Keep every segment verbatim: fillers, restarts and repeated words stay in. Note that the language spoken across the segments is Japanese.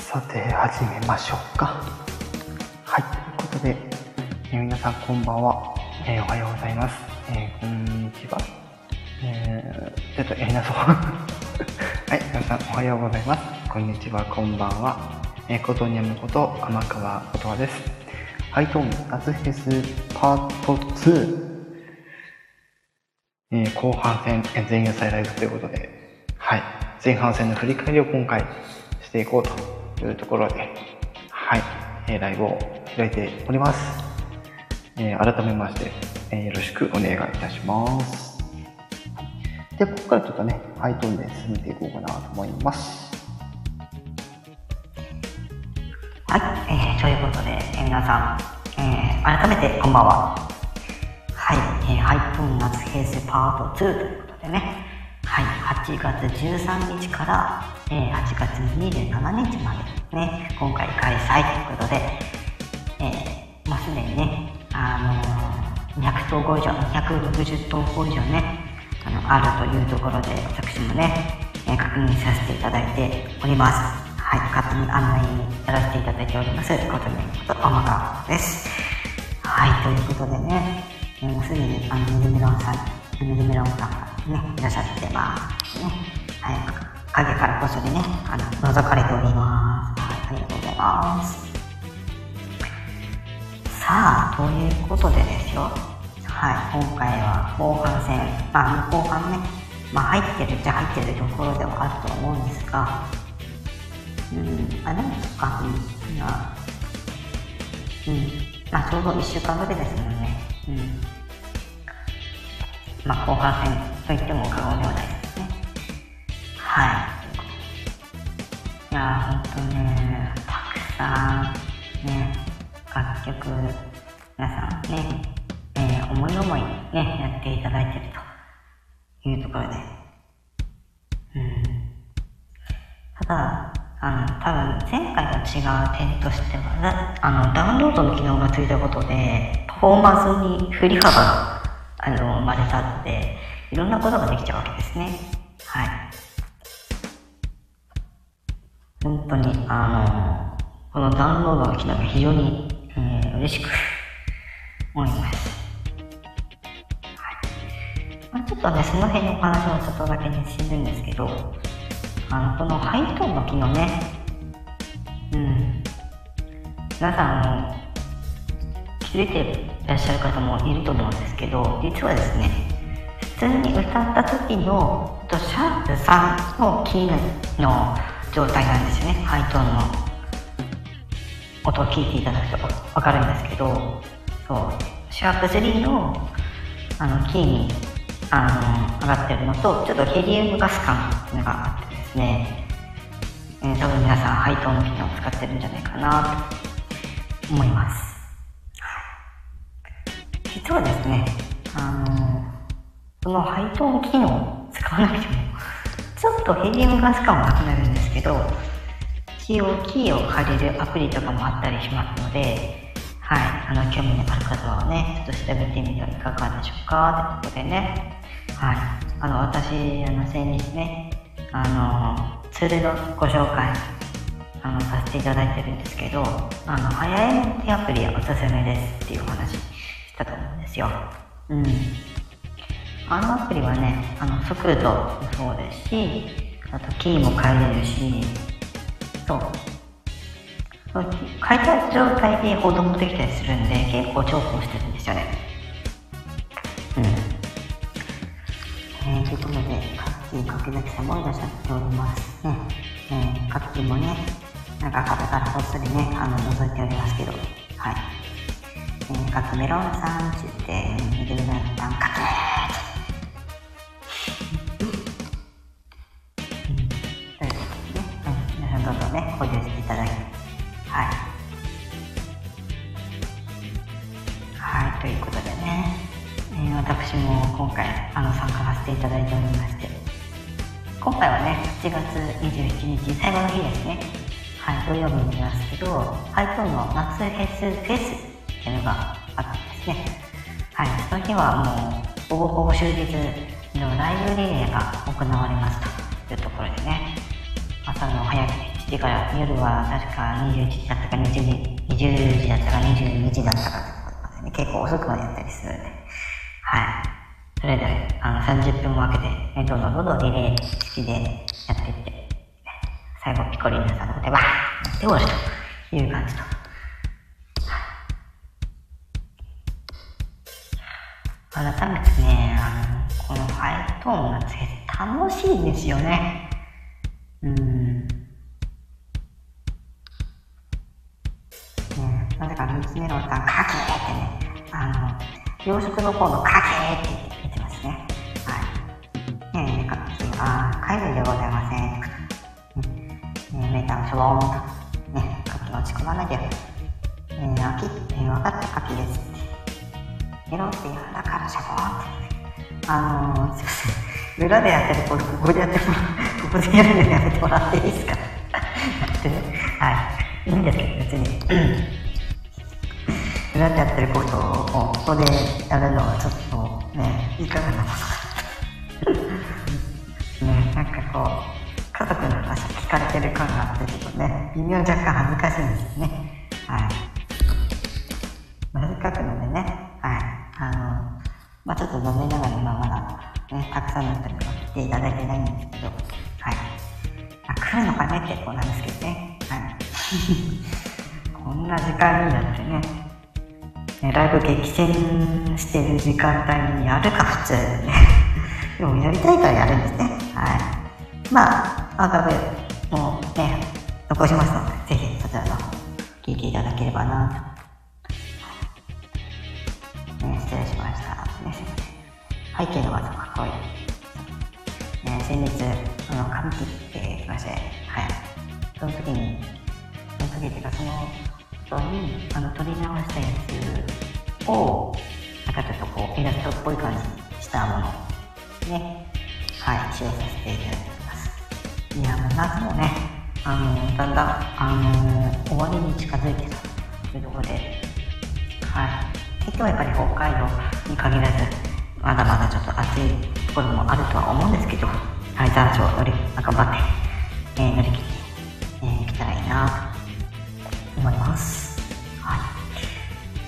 さて始めましょうか。はい、ということで、えー、皆さんこんばんは、えー、おはようございます、えー、こんにちは、えー、ちょっとやりなそうはい、皆さんおはようございます、こんにちは、こんばんは、えー、ことにゃむこと天川ことわです。ハイトーン夏フェスパートツー、えー、後半戦前夜祭ライブということで、はい、前半戦の振り返りを今回していこうというところで、はい、えー、ライブを開いております。えー、改めまして、えー、よろしくお願いいたします。で、ここからちょっとね、ハイトーンで進めていこうかなと思います。 はい、えー、ということで、えー、皆さん、えー、改めてこんばんは。はい、えー、ハイトーン夏平成パートツーということでね、はい、はちがつじゅうさんにちから、えー、はちがつにじゅうしちにちまでね、今回開催ということで、えー、もうすでにね、あのー、にひゃくとうご以上、にひゃくろくじゅっとうご以上ね、あの、あるというところで、私もね、えー、確認させていただいております。はい、勝手に案内やらせていただいております、ことにこと天川です。はい、ということでね、えー、もうすでに、あの、メルメロンさん、メルメロンさんがね、いらっしゃってますね。はい、影からこそでね、あの、覗かれております。はい、ありがとうございます。さあ、ということでですよ。はい、今回は後半戦、まあ、後半ね、まあ、入ってるっちゃ入ってるところではあると思うんですが、うん、あ、でもそっか、うん、まあ、うん、まあ、ちょうどいっしゅうかんぶりですもんね。うん。まあ、後半戦と言っても過言ではないですね。はい。いやー、ほんとね、たくさん、ね、楽曲、皆さんね、えー、思い思いね、やっていただいているというところで。うん。ただ、あの、多分前回と違う点としては、あの、ダウンロードの機能がついたことで、パフォーマンスに振り幅が、あの、生まれたので、いろんなことができちゃうわけですね。はい。本当に、あの、このダウンロードの機能が非常に、えー、嬉しく思います。はい。まあ、ちょっとね、その辺のお話をちょっとだけね、しんるんですけど、あの、このハイトーンの機能ね、うん。皆さん、あの、気づいていらっしゃる方もいると思うんですけど、実はですね、普通に歌った時の、シャープさんのキーの状態なんですよね。ハイトーンの音を聞いていただくとわかるんですけど、そう、シャープスリーの、あの、キーに、あの、上がってるのと、ちょっとヘリウムガス感っていうのがあってですね、えー、多分皆さんハイトーンの機能を使ってるんじゃないかなと思います。実はですね、あのー、このハイトーン機能を使わなくても、ちょっとヘリウムガス感はなくなるんですけど、一応キーを借りるアプリとかもあったりしますので、はい、あの、興味のある方はね、ちょっと調べてみてはいかがでしょうかということでね、はい、あの、私、あの、先日ね、あの、ツールのご紹介、あの、させていただいてるんですけど、あの、早いもんってアプリおすすめですっていうお話したと思うんですよ。うん。あのアプリはね、あの、速度もそうですし、あとキーも変えれるし、そう。そう、変えた状態で保存もできたりするんで、結構重宝してるんですよね。うん。えー、ということで、カッキー、かけざきさんもいらっしゃっておりますね。えー、カッキーもね、なんか壁からこっそりね、あの、覗いておりますけど、はい。えー、カキメロンさんって言って、ミドルランタンカキーうん。ということでね、うん、皆さんどんどんね、保有していただいて、はい。はい、ということでね、えー、私も今回、あの、参加させていただいておりまして、今回はね、はちがつにじゅうしちにち、最後の日ですね。はい、土曜日になりますけど、ハイトーンの夏フェスフェスっていうのがあったんですね。はい、その日はもう、ほぼほぼ終日のライブリレーが行われますというところでね、朝の早くしちじから夜は確かにじゅういちじだったかにじゅうじだったかにじゅうにじだったかということで、ね、結構遅くまでやったりするので、はい。それぞれあのさんじゅっぷん分けて、ね、どんどんどんどんリレー式でやっていって、最後ピコリーナさんの手は手を押すという感じと。改めてね、あのこのハイトーンがつけて楽しいんですよね。うーん。ね、なぜかみっつめのボタン、かけーってね、あの、養殖の方のかけーって言ってますね。はい。ねえ、ねかあー、海外でございません。ね、メーターのしょぼーんと、ね、カキの落ち込まないで、ね、あき、ね、分かったカキですって。ゲロって言うんだからしょぼーんって。あのー、すいません。裏でやってること、ここでやってもらう、ここでやるのやめてもらっていいですかってね。はい。いいんですけど、別に。裏でやってることを、ここでやるのはちょっとね、いかがなものか。ね、なんかこう、家族の話聞かれてる感があって、ちょっとね、微妙に若干恥ずかしいんですよね。はい。まあ、せっかくのでね、はい。あの、まあちょっと残念ながら今まだ、ね、たくさんの人には来ていただいてないんですけど、はい。まあ、来るのかねってこうなんですけどね。はい。こんな時間になってね、ねライブ激戦してる時間帯にやるか普通ね。でもやりたいからやるんですね。はい。まあ、アーカイブもね、残しますので、ぜひそちらの方聞いていただければなと。ね、失礼しました。ね、背景の画像が可愛い。ね、先日、あの、髪切ってきまして、はい。その時に、その時っていうか、その後に、あの、撮り直したやつを、なんかちょっとこう、イラストっぽい感じにしたものね、はい、使用させていただいております。いや、もう夏もね、あの、だんだん、あの、終わりに近づいてるというところで、はい。結局はやっぱり北海道に限らず、まだまだちょっと暑いところもあるとは思うんですけど、はい、残暑を乗り、頑張って、えー、乗り切って、えー、きたらいいなと思います。はい。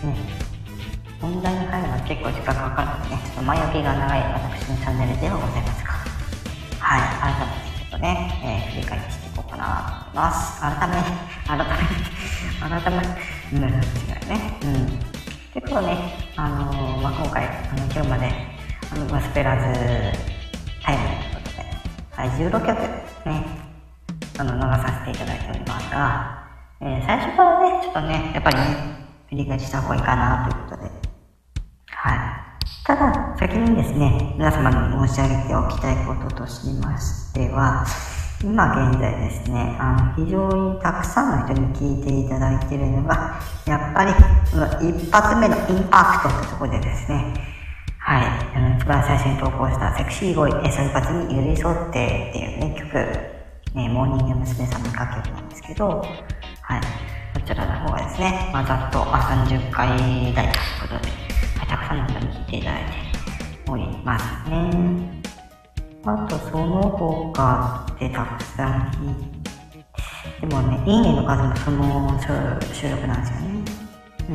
ね、本題に入るのは結構時間がかかるのでね、ちょっと前置きが長い私のチャンネルではございますが、はい、改めてちょっとね、えー、振り返りしていこうかなと思います。改め、改め、改め、うん、違うね。うん。ということでね、あのー、まあ、今回、あの今日まで、あのゴスペラーズタイムということで、はい、じゅうろっきょくね、あの、流させていただいておりますが、えー、最初からね、ちょっとね、やっぱりね、振り返りした方がいいかなということで、はい。ただ、先にですね、皆様に申し上げておきたいこととしましては、今現在ですね、あの、非常にたくさんの人に聞いていただいているのが、やっぱり、その一発目のインパクトというところでですね、はい、あの、一番最初に投稿したセクシーボーイ、それ発に寄り添ってっていうね、曲、ね、モーニング娘。さんの楽曲なんですけど、はい、こちらの方がですね、まあ、ざっとさんじゅっかい台ということで、たくさんの人に聞いていただいておりますね。あとその他でたくさん聞いて、でもね、いいねの数もその収録なんですよね。うん。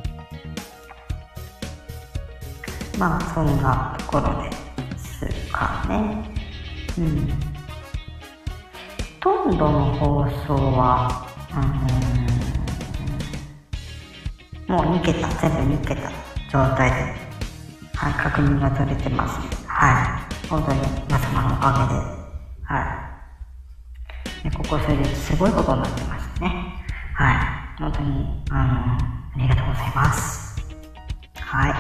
まあそんなところですかね。うん。ほとんどの放送は、うん、もうにけた、全部にけた状態で、はい、確認が取れてます。はい。本当に皆様のおかげで、はい。でここ数日すごいことになってますね。はい。本当に、あの、ありがとうございます。はい。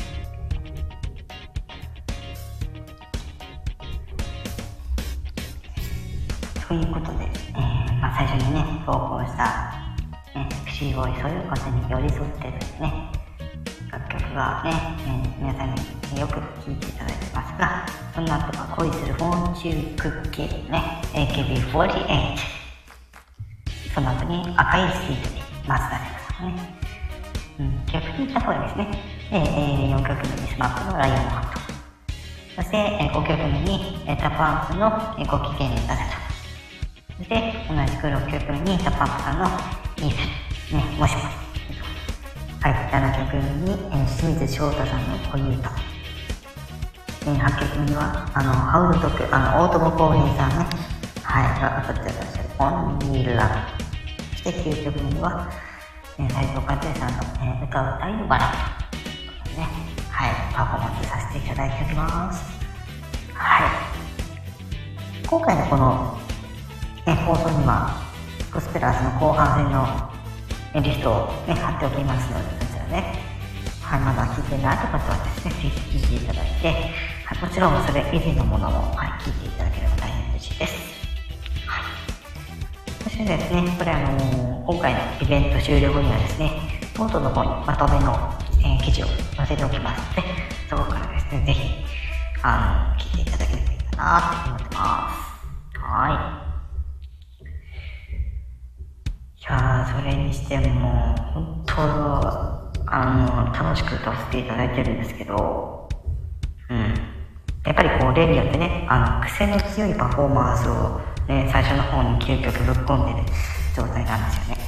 ということで、えー、まあ最初にね、投稿した、ね、セクシーボーイ、そういう風に寄り添ってですね、楽曲がね、えー、皆さんによく聴いていただいてますが、その後は恋するフォーチュークッキーね、エーケービーフォーティーエイト。その後に赤いスイートに松田聖子さんね。うん、逆に言った方がですね、で、えー、よんきょくめにスマップのライオンハット。そして、えー、ごきょくめに、えー、タパンプの、えー、ご機嫌になせた。そしして同じくろっきょくめにダパンプさんのイースね、もしもし。はい、ななきょくめに、えー、清水翔太さんのおゆうと。えー、はちきょくめには、あの、ハウルトク、あの、大友康平さんね。はい、が歌ってらっしゃる、オンリーラブ。そしてきゅうきょくめには、えー、斉藤和也さんの、えー、歌うたいのバラということでね、はい、パフォーマンスさせていただいております。はい。今回のこの、ね、放送には、ゴスペラーズの後半戦のリストを、ね、貼っておきますので、そちらね、はい、まだ聞いてないという方はですね、ぜひ聞いていただいて、はい、もちろんそれ以前のものも、はい、聞いていただければ大変嬉しいです。はい。そしてですね、これあのー、今回のイベント終了後にはですね、ノートの方にまとめの、えー、記事を載せておきますので、そこからですね、ぜひ、あのー、聞いていただければいいかなと思ってます。はい。いやー、それにしても、本当、あの、楽しく歌わせていただいてるんですけど、うん。やっぱりこう、例によってね、あの、癖の強いパフォーマンスを、ね、最初の方にきゅうきょくぶっ込んでる状態なんですよね。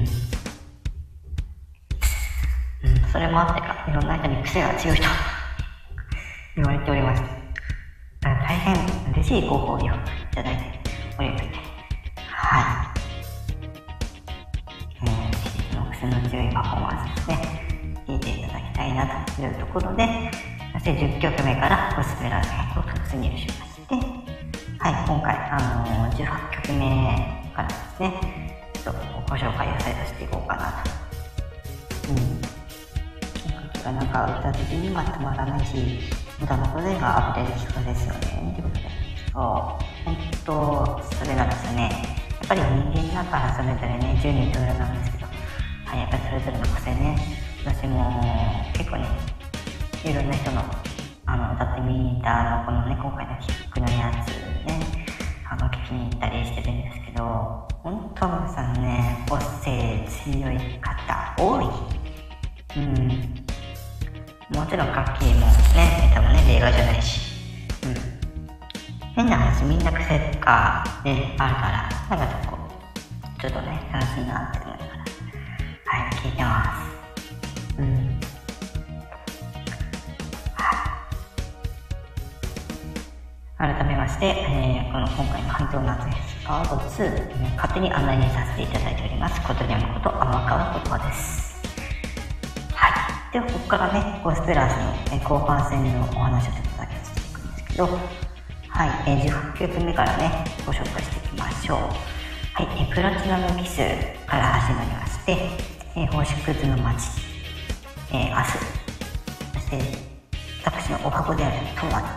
うん。うん、それもあってか、いろんな人に癖が強いと言われております。だから大変嬉しいご褒美をいただいておりまして、はい。癖の強いパフォーマンスですね、聴いていただきたいなというところで、そしてじゅっきょくめからゴスペラーズ編を突入しまして、はい、今回、あのー、じゅうはちきょくめからですね、ちょっとご紹介を再度していこうかなと。うん。曲がなんか歌的にまとまらないし、歌の声が溢れる曲ですよね、ということで。そう、本当、それなんですよね。やっぱり人間だからそれぞれね、じゅうにんといろなんですけど、はい、やっぱりそれぞれの個性ね、私も結構ね、いろんな人のあの歌ってみたのこのね、今回の曲のやつね、あの聞きに行ったりしてるんですけど、本当皆さんね、個性強い方多い。うん。もちろん楽器もね、歌もね、例外じゃないし、うん。変な話、みんな癖がね、あるから、なんかちょっとこう、ちょっとね、楽しいなって思いながら。はい、聞いてます。うん。改めまして、えー、この今回のハイドーナツフェスパートツー、ね、勝手に案内にさせていただいております、ことにゃむこと天川言葉です。はい。では、ここからね、ゴスペラーズの、ね、後半戦のお話をちょっとだけしていくんですけど、はい、えー、じゅうはちきょくめからね、ご紹介していきましょう。はい、えー、プラチナムキスから始まりまして、えー、星屑の街、えー、明日、そして私のお箱であるトマト、はい、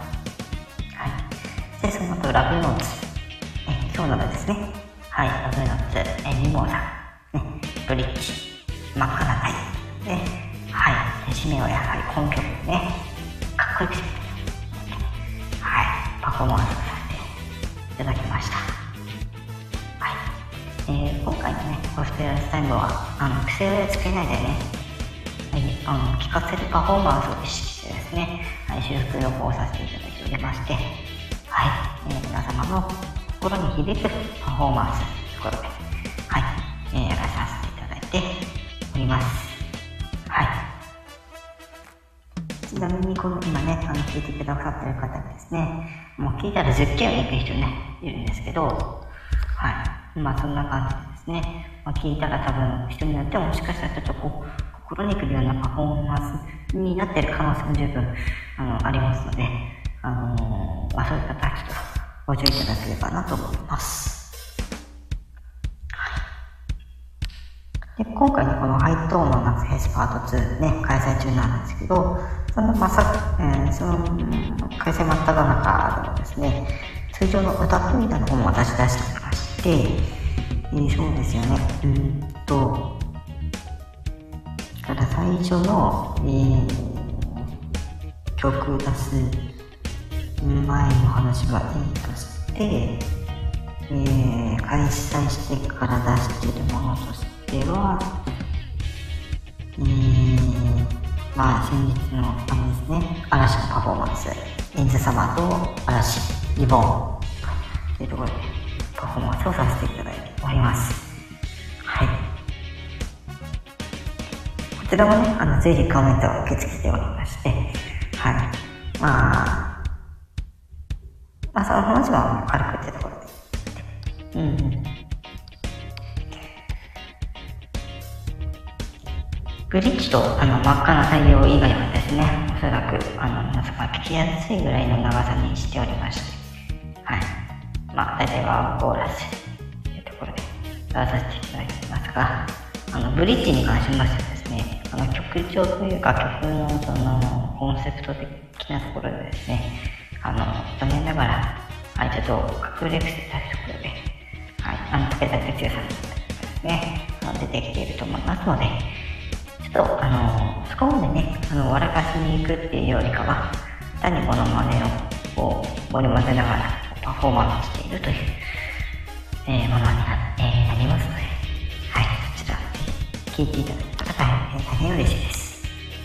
でその後ラブノーツ、えー、今日のがですね、はい、ラブノーツ、えー、ミモーザ、ね、ブリッジ、真っ赤な太陽、で、はい、締めはやはりこの曲ね、かっこよく締めて、はい、パフォーマンスをさせていただきました。えー、今回のね、ゴスペラーズタイムは、あの、癖をつけないでね、はい、あの、聴かせるパフォーマンスを意識してですね、はい、修復録音させていただいておりまして、はい、えー、皆様の心に響くパフォーマンスというところで、はい、えー、やらさせていただいております。はい。ちなみに、この今ね、あの、聞いてくださっている方がですね、もう聞いたらズッキュンに行く人ね、いるんですけど、はい。まあそんな感じですね。まあ、聞いたら多分人によってはもしかしたらちょっとこう心にくるようなパフォーマンスになっている可能性も十分あのありますので、あのー、まあそういう方はちょっとご注意いただければなと思います。はい。で今回のこのハイトーンの夏フェスパートツーね、開催中なんですけど、そのまさ、えー、その開催真っただ中でもですね、通常の歌フリーダの方も私出しておりまして、えー、そうですよね。うんと、から最初の、えー、曲出す前の話はいいとして、えー、開催してから出しているものとしては、えー、まあ先日のあれですね、嵐のパフォーマンス、エンズ様と嵐、リボンというところで、 パフォーマンスをさせていただいております。はい。こちらもね、あの、随時コメントを受け付けておりまして、はい。まあ、まあ、その話は軽くってところで。うんうん。ブリッジとあの真っ赤な太陽以外はですね、おそらくあの皆様聞きやすいぐらいの長さにしておりまして、はい。まあ、大体はコーラスというところで歌わさせていただいていますが、あのブリッジに関しましてはですね、あの曲調というか曲のそのコンセプト的なところでですね、あの残念ながら、はい、ちょっと隠れ癖というところで、はい、あの武田鉄矢さんだったりとかですね、出てきていると思いますので、ちょっとあのそこまでね、あの笑かしに行くっていうよりかは、単にこの真似をこう織り交ぜながらパフォーマンスしているという、えー、ものに な,、えー、なりますので、はい、そちら聴いていただけたら大変大変嬉しいです。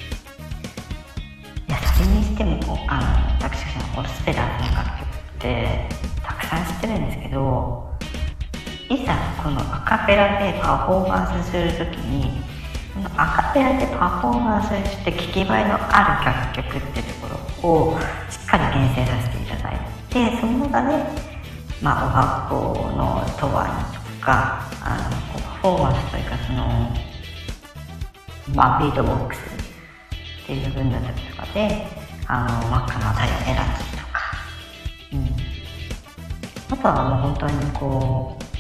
いや、それにしてもこうあの私のこのスペラーズの楽曲ってたくさん知ってるんですけど、いざこのアカペラでパフォーマンスするときに、アカペラでパフォーマンスして聴き映えのある楽曲っていうところをしっかり厳選させていただいて、その中で、まあ、お学校のとわにとか、あのパフォーマンスというか、その、まあ、ビートボックスっていう部分だったりとかで、あの真っ赤な太陽を選んだりとか、うん、あとはもう本当にこう、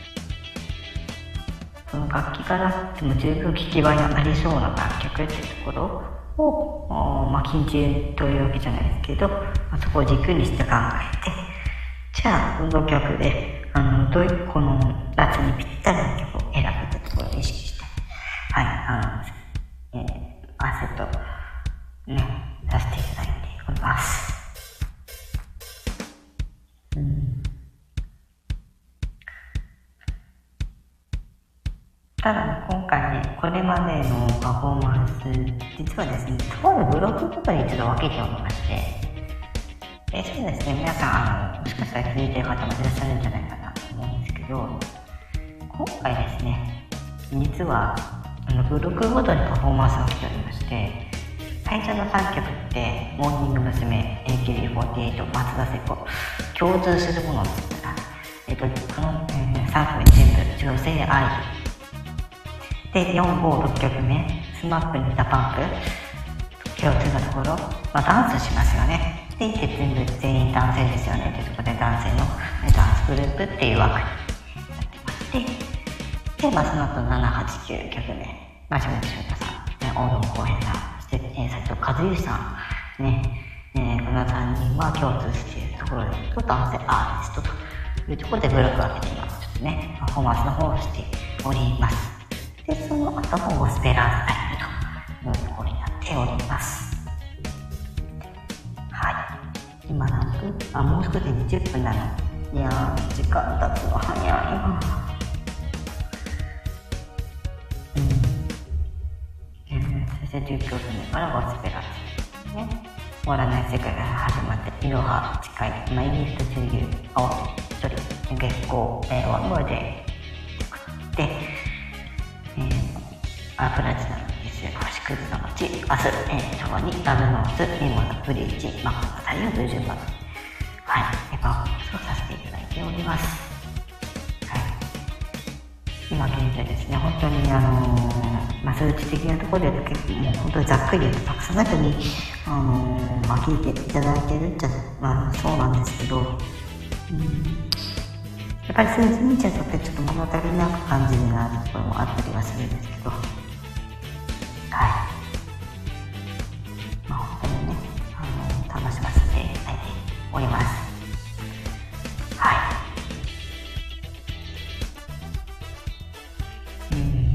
その楽器からでも十分聴き映えのありそうな楽曲っていうところを、まあ、近中というわけじゃないですけど、まあ、そこを軸にして考えて、じゃあこの曲であのどういうこの夏にぴったりな曲を選ぶってところを意識して、はい、あの、えー、アセットねさせていただいております。うん、ただ、ね、今回ね、これまでのパフォーマンス、実はですね、とあるブロックごとに一度分けておりまして、えそうですね、皆さん、あのもしかしたら聞いてる方もいらっしゃるんじゃないかなと思うんですけど、今回ですね、実はあのブロックごとにパフォーマンスが来ておりまして、最初のさんきょくって、モーニング娘、エーケービーフォーティーエイト、松田聖子、共通するものを作ったら、えっと、この、えー、さん組全部、女性アイドル。で、よん、ご、ろっきょくめ、スマップにダパンプ、共通のところ、まあ、ダンスしますよね。で、全部全員男性ですよね。というところで、男性のダンスグループっていう枠になってまして、で、まあ、その後なな、はち、きゅうきょくめ、まあ、島木翔太さん、大野浩平さん、そして、えー、斉藤和義さん、ね、えー、このさんにんは共通しているところで、男性アーティストというところでブロックを分けて今、ちょっとね、パフォーマンスの方をしております。で、その後もゴスペラーズタイムというところになっております。はい。今何分？あ、もう少しでにじゅっぷんなの。いやー、時間経つの早いな。うん。えー、そしてじゅっきょくめからゴスペラーズ。ね。終わらない世界が始まって、いろは、誓い、マイギフト中流、青一人、月光、えー、ワンモアデー。で、えー、アプラチナの水、星屑の街、明日、えー、共にラブノース、ミモザ、ブリーチ、マッコタイをという順番で、はい、パフォーマンスをさせていただいております。はい。今現在ですね、本当にあのー、まあ、数値的なところで結構、もう本当にざっくり言うと、たくさんの人に、あのー、まあ、聞いていただいてるっちゃ、まあ、そうなんですけど、うん、やっぱり数字見ちゃうとちょっと物足りなく感じるなところもあったりはするんですけど、はい。まあ本当にね、あの、楽しませていただいております。はい。うん。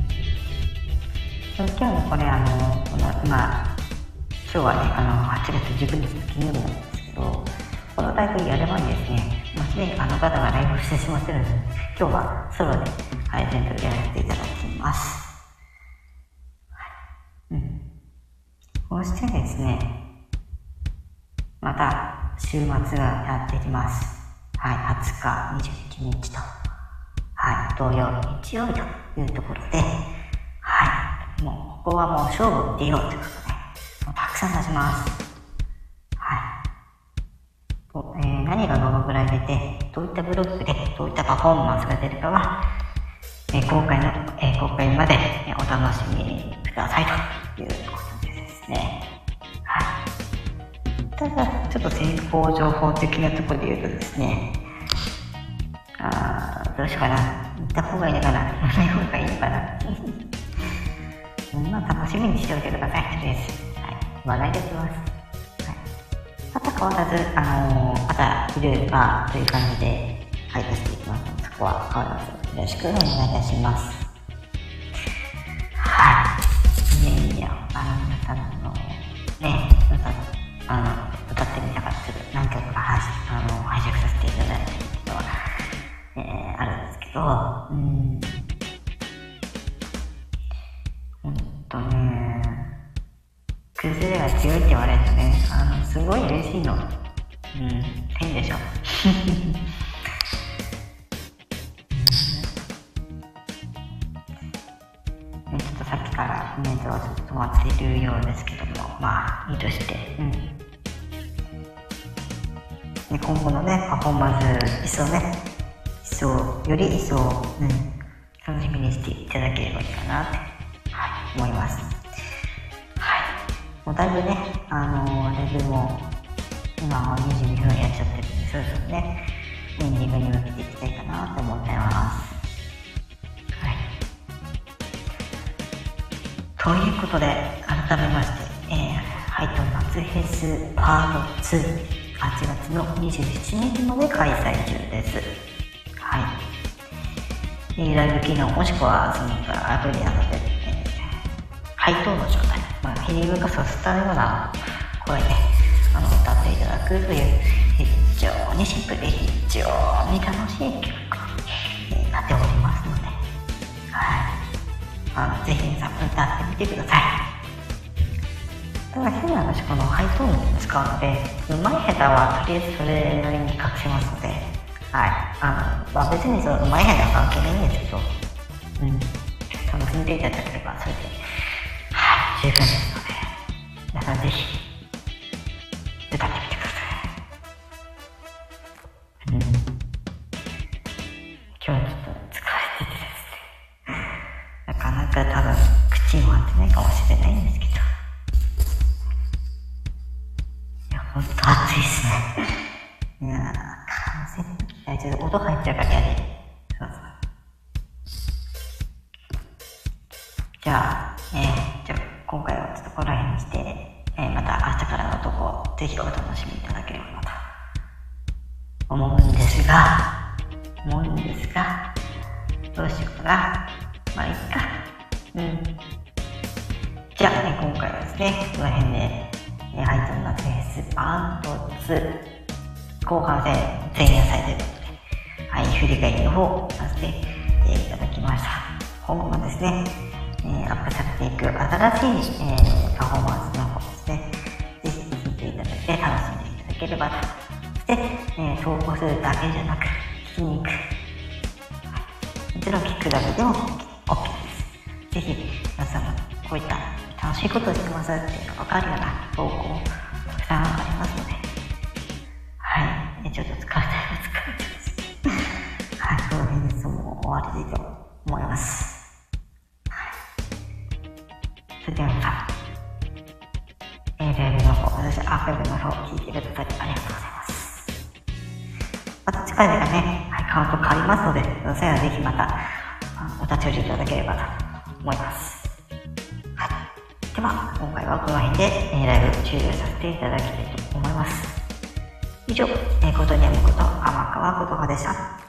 今日のこれあの、この今、今日はね、あの、はちがつじゅうくにちの金曜日なんですけど、このライブやる前にですね、もうすでにあの方がライブしてしまってるので、今日はソロで、はい、全部やらせていただきます。はい。うん。こうしてですね、また週末がやってきます。はい。 はい、はつか、にじゅういちにちと、はい、同様日曜日というところで、はい、もうここはもう勝負を出ようということで、もうたくさん出します。はい。えー、何がどのぐらい出て、どういったブロックでどういったパフォーマンスが出るかは、えー、公開の、えー、公開まで、えー、お楽しみくださいということでですね。はい。ただ、ちょっと先行情報的なところで言うとですね、あー、どうしようかな。行った方がいいのかな。行かない方がいいのかな。まあ、楽しみにしておいてください。とりあえず。はい。話題できます。はい。また変わらず、あのー、またいるかという感じで配布していきますので、そこは変わらずよろしくお願いいたします。はい。いやいや、あの、皆さんの、ね、皆さん、あの、歌ってみたかったけど、何曲か配信、あの、拝借させていただいたりっていうのは、えー、あるんですけど、うん。ほんとね、崩れが強いって言われるとね、あの、すごい嬉しいの。うん、変でしょ。ちょっとさっきからコメントはちょっと止まっているようですけども、まあ、いいとして、うん。で今後のね、パフォーマンス、一層ね、一層、より一層、うん、楽しみにしていただければいいかなって、はい、思います。はい。もうだいぶね、あのー、レベルも、今はにじゅうにふんやっちゃってるんで、そろそろね、エンディングに向けていきたいかなと思ってます。はい。ということで、改めまして、えー、ハイト夏フェスパートツー。はちがつのにじゅうしちにちまで開催中です。はい。ライブ機能もしくはそのアプリなので、えー、ハイトーンの状態、まあ、フィリングがさせたような声であの歌っていただくという非常にシンプルで非常に楽しい曲になっておりますので、はい。あのぜひ皆さん歌ってみてください。ただ変な話、このハイトーンを使うので、うまい下手はとりあえずそれなりに隠せますので、はい。あの、まあ、別にそのうまい下手は関係ないんですけど、うん。楽しんでいただければそれで、はい、十分ですので、皆さんぜひ、歌ってみてください。うん。今日はちょっと疲れててですね、なかなか多分、口も合ってないかもしれないんですけど、ほんと暑いっすね。いやー、風邪、ちょっと音入っちゃうから嫌で。そうそう。じゃあ、えー、じゃあ今回はちょっとこの辺にして、えー、また明日からのとこ、ぜひお楽しみいただければなと思うんですが、思うんですが、どうしようかな。まあいいか。うん。じゃあ、ね、今回はですね、この辺で、ハイトン夏フェスパートツー後半戦前夜祭ということで、はい、振り返りの方をさせていただきました。今後もですね、えー、アップされていく新しい、えー、パフォーマンスの方ですね、ぜひ聴いていただいて楽しんでいただければと。そして、えー、投稿するだけじゃなく、聴きに行く。もちろん聴くだけでも OK です。ぜひ皆さんもこういった楽しいことをしてますっていうのが分かるような投稿たくさんありますので、はい、ちょっと疲れたら疲れてます。はい、この辺でもう終わりたいと思います。はい。それでは皆さん、えー、ライブの方、私、アーカイブの方を聞いていただきありがとうございます。また近い時間ね、はい、カウント変わりますので、その際はぜひまたお立ち寄りいただければと思います。では、今回はこの辺で、えー、ライブ終了させていただきたいと思います。以上、えー、ことにゃむこと、天川ことはでした。